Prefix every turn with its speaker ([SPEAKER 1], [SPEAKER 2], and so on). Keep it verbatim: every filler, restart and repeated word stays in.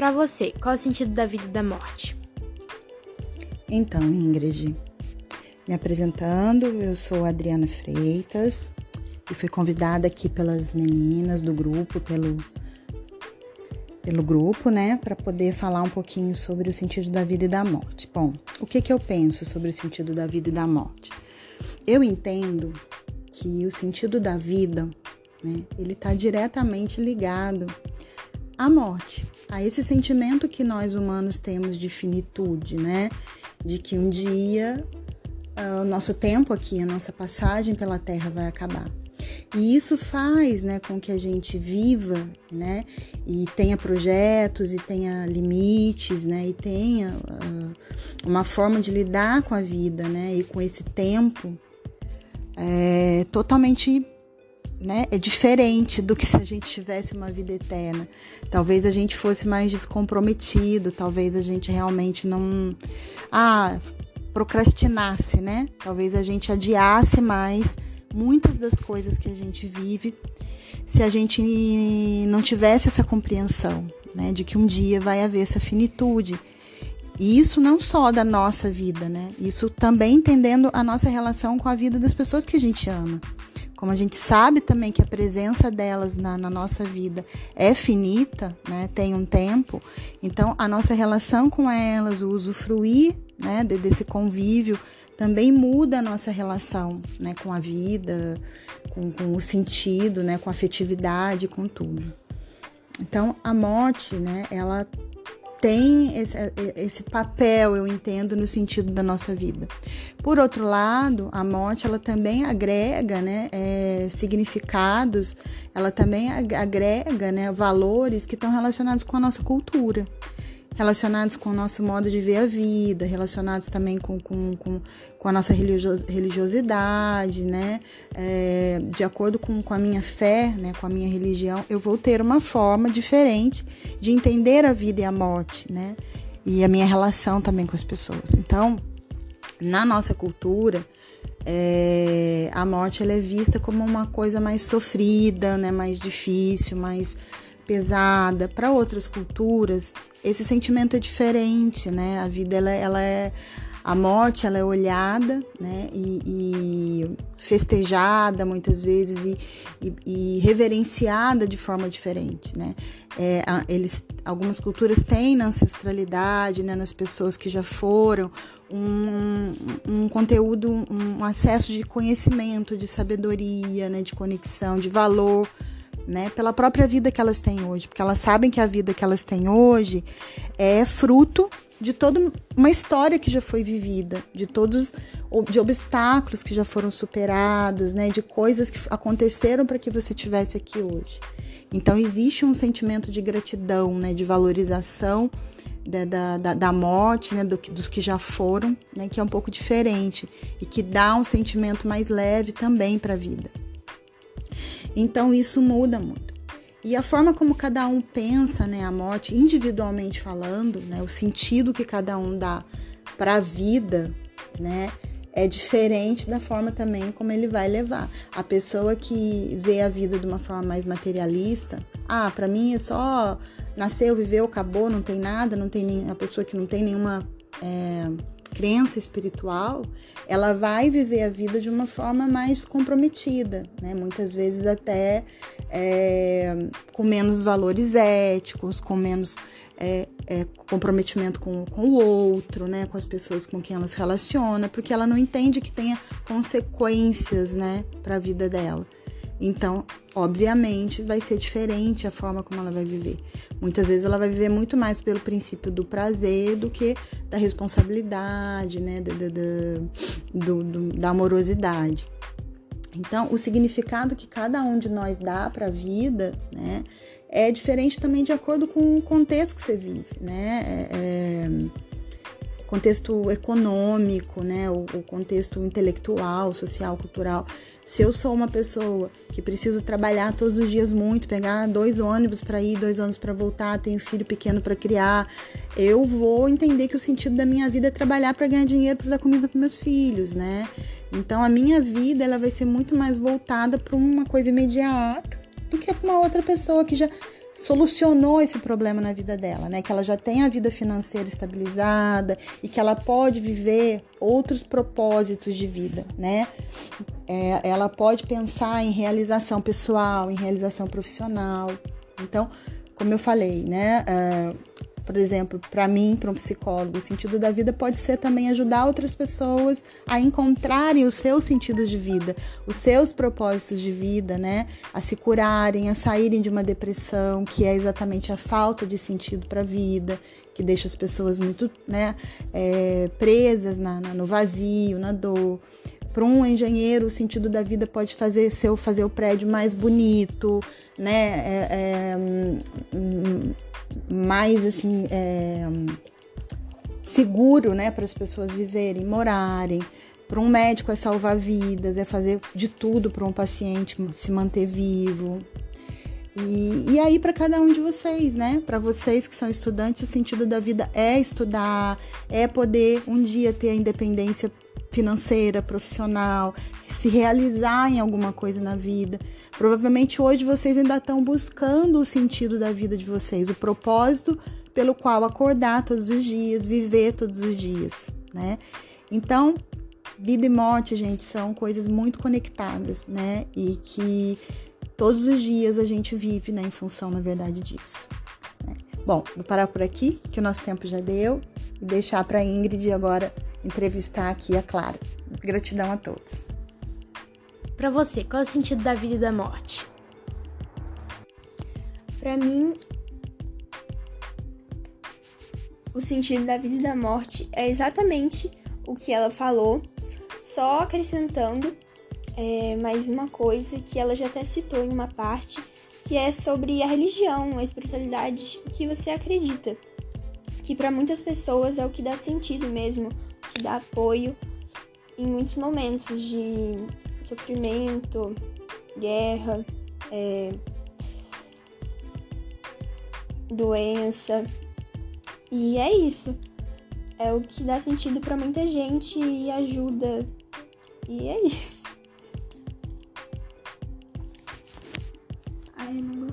[SPEAKER 1] Para você, qual é o sentido da vida e da morte?
[SPEAKER 2] Então, Ingrid, me apresentando, eu sou Adriana Freitas e fui convidada aqui pelas meninas do grupo, pelo, pelo grupo, né, para poder falar um pouquinho sobre o sentido da vida e da morte. Bom, o que que eu penso sobre o sentido da vida e da morte? Eu entendo que o sentido da vida, né, ele está diretamente ligado à morte, a esse sentimento que nós humanos temos de finitude, né, de que um dia uh, o nosso tempo aqui, a nossa passagem pela Terra vai acabar. E isso faz, né, com que a gente viva, né, e tenha projetos, e tenha limites, né, e tenha uh, uma forma de lidar com a vida, né, e com esse tempo é totalmente, né, é diferente do que se a gente tivesse uma vida eterna. Talvez a gente fosse mais descomprometido, talvez a gente realmente não ah, procrastinasse, né? Talvez a gente adiasse mais muitas das coisas que a gente vive se a gente não tivesse essa compreensão, né, de que um dia vai haver essa finitude. E isso não só da nossa vida, né? Isso também entendendo a nossa relação com a vida das pessoas que a gente ama. Como a gente sabe também que a presença delas na, na nossa vida é finita, né? Tem um tempo, então a nossa relação com elas, o usufruir, né, de, desse convívio, também muda a nossa relação, né, com a vida, com, com o sentido, né, com a afetividade, com tudo. Então a morte, né, ela tem esse, esse papel, eu entendo, no sentido da nossa vida. Por outro lado, a morte, ela também agrega, né, é, significados, ela também agrega, né, valores que estão relacionados com a nossa cultura, relacionados com o nosso modo de ver a vida, relacionados também com, com, com, com a nossa religiosidade, né? É, de acordo com, com a minha fé, né? Com a minha religião, eu vou ter uma forma diferente de entender a vida e a morte, né? E a minha relação também com as pessoas. Então, na nossa cultura, é, a morte ela é vista como uma coisa mais sofrida, né? Mais difícil, mais pesada. Para outras culturas, esse sentimento é diferente, né? A vida, ela, ela é... A morte, ela é olhada, né? E, e festejada, muitas vezes, e, e, e reverenciada de forma diferente, né? É, eles, algumas culturas têm na ancestralidade, né? Nas pessoas que já foram, um, um conteúdo, um acesso de conhecimento, de sabedoria, né? De conexão, de valor, né, pela própria vida que elas têm hoje, porque elas sabem que a vida que elas têm hoje é fruto de toda uma história que já foi vivida, de todos de obstáculos que já foram superados, né, de coisas que aconteceram para que você estivesse aqui hoje. Então existe um sentimento de gratidão, né, de valorização da, da, da morte, né, do, dos que já foram, né, que é um pouco diferente e que dá um sentimento mais leve também para a vida. Então isso muda muito. E a forma como cada um pensa, né, a morte, individualmente falando, né, o sentido que cada um dá para a vida, né, é diferente da forma também como ele vai levar. A pessoa que vê a vida de uma forma mais materialista, ah, para mim é só nasceu, viveu, acabou, não tem nada, não tem nem, a pessoa que não tem nenhuma é, crença espiritual, ela vai viver a vida de uma forma mais comprometida, né? Muitas vezes até é, com menos valores éticos, com menos é, é, comprometimento com, com o outro, né? Com as pessoas com quem ela se relaciona, porque ela não entende que tenha consequências, né, para a vida dela. Então, obviamente, vai ser diferente a forma como ela vai viver. Muitas vezes ela vai viver muito mais pelo princípio do prazer do que da responsabilidade, né, do, do, do, do, da amorosidade. Então, o significado que cada um de nós dá para a vida, né, é diferente também de acordo com o contexto que você vive, né? É, é, contexto econômico, né, o, o contexto intelectual, social, cultural. Se eu sou uma pessoa que preciso trabalhar todos os dias muito, pegar dois ônibus para ir, dois ônibus para voltar, tenho filho pequeno para criar, eu vou entender que o sentido da minha vida é trabalhar para ganhar dinheiro para dar comida para meus filhos, né? Então a minha vida ela vai ser muito mais voltada para uma coisa imediata do que para uma outra pessoa que já solucionou esse problema na vida dela, né? Que ela já tem a vida financeira estabilizada e que ela pode viver outros propósitos de vida, né? É, ela pode pensar em realização pessoal, em realização profissional. Então, como eu falei, né? É, por exemplo, para mim, para um psicólogo, o sentido da vida pode ser também ajudar outras pessoas a encontrarem os seus sentidos de vida, os seus propósitos de vida, né? A se curarem, a saírem de uma depressão, que é exatamente a falta de sentido para a vida, que deixa as pessoas muito, né, é, presas na, na, no vazio, na dor. Para um engenheiro, o sentido da vida pode fazer, ser fazer o prédio mais bonito, né? É, é, hum, mais assim é, seguro, né, para as pessoas viverem, morarem. Para um médico é salvar vidas, é fazer de tudo para um paciente se manter vivo. E, e aí para cada um de vocês, né? Para vocês que são estudantes, o sentido da vida é estudar, é poder um dia ter a independência financeira, profissional, se realizar em alguma coisa na vida. Provavelmente hoje vocês ainda estão buscando o sentido da vida de vocês, o propósito pelo qual acordar todos os dias, viver todos os dias, né? Então, vida e morte, gente, são coisas muito conectadas, né? E que todos os dias a gente vive, né, em função, na verdade, disso, né? Bom, vou parar por aqui, que o nosso tempo já deu, e deixar para a Ingrid agora entrevistar aqui a Clara. Gratidão a todos.
[SPEAKER 1] Para você, qual é o sentido da vida e da morte?
[SPEAKER 3] Para mim, o sentido da vida e da morte é exatamente o que ela falou, só acrescentando é, mais uma coisa que ela já até citou em uma parte, que é sobre a religião, a espiritualidade, o que você acredita. Que para muitas pessoas é o que dá sentido mesmo, que dá apoio em muitos momentos de sofrimento, guerra, é, doença. E é isso. É o que dá sentido para muita gente e ajuda. E é isso. Ai, eu não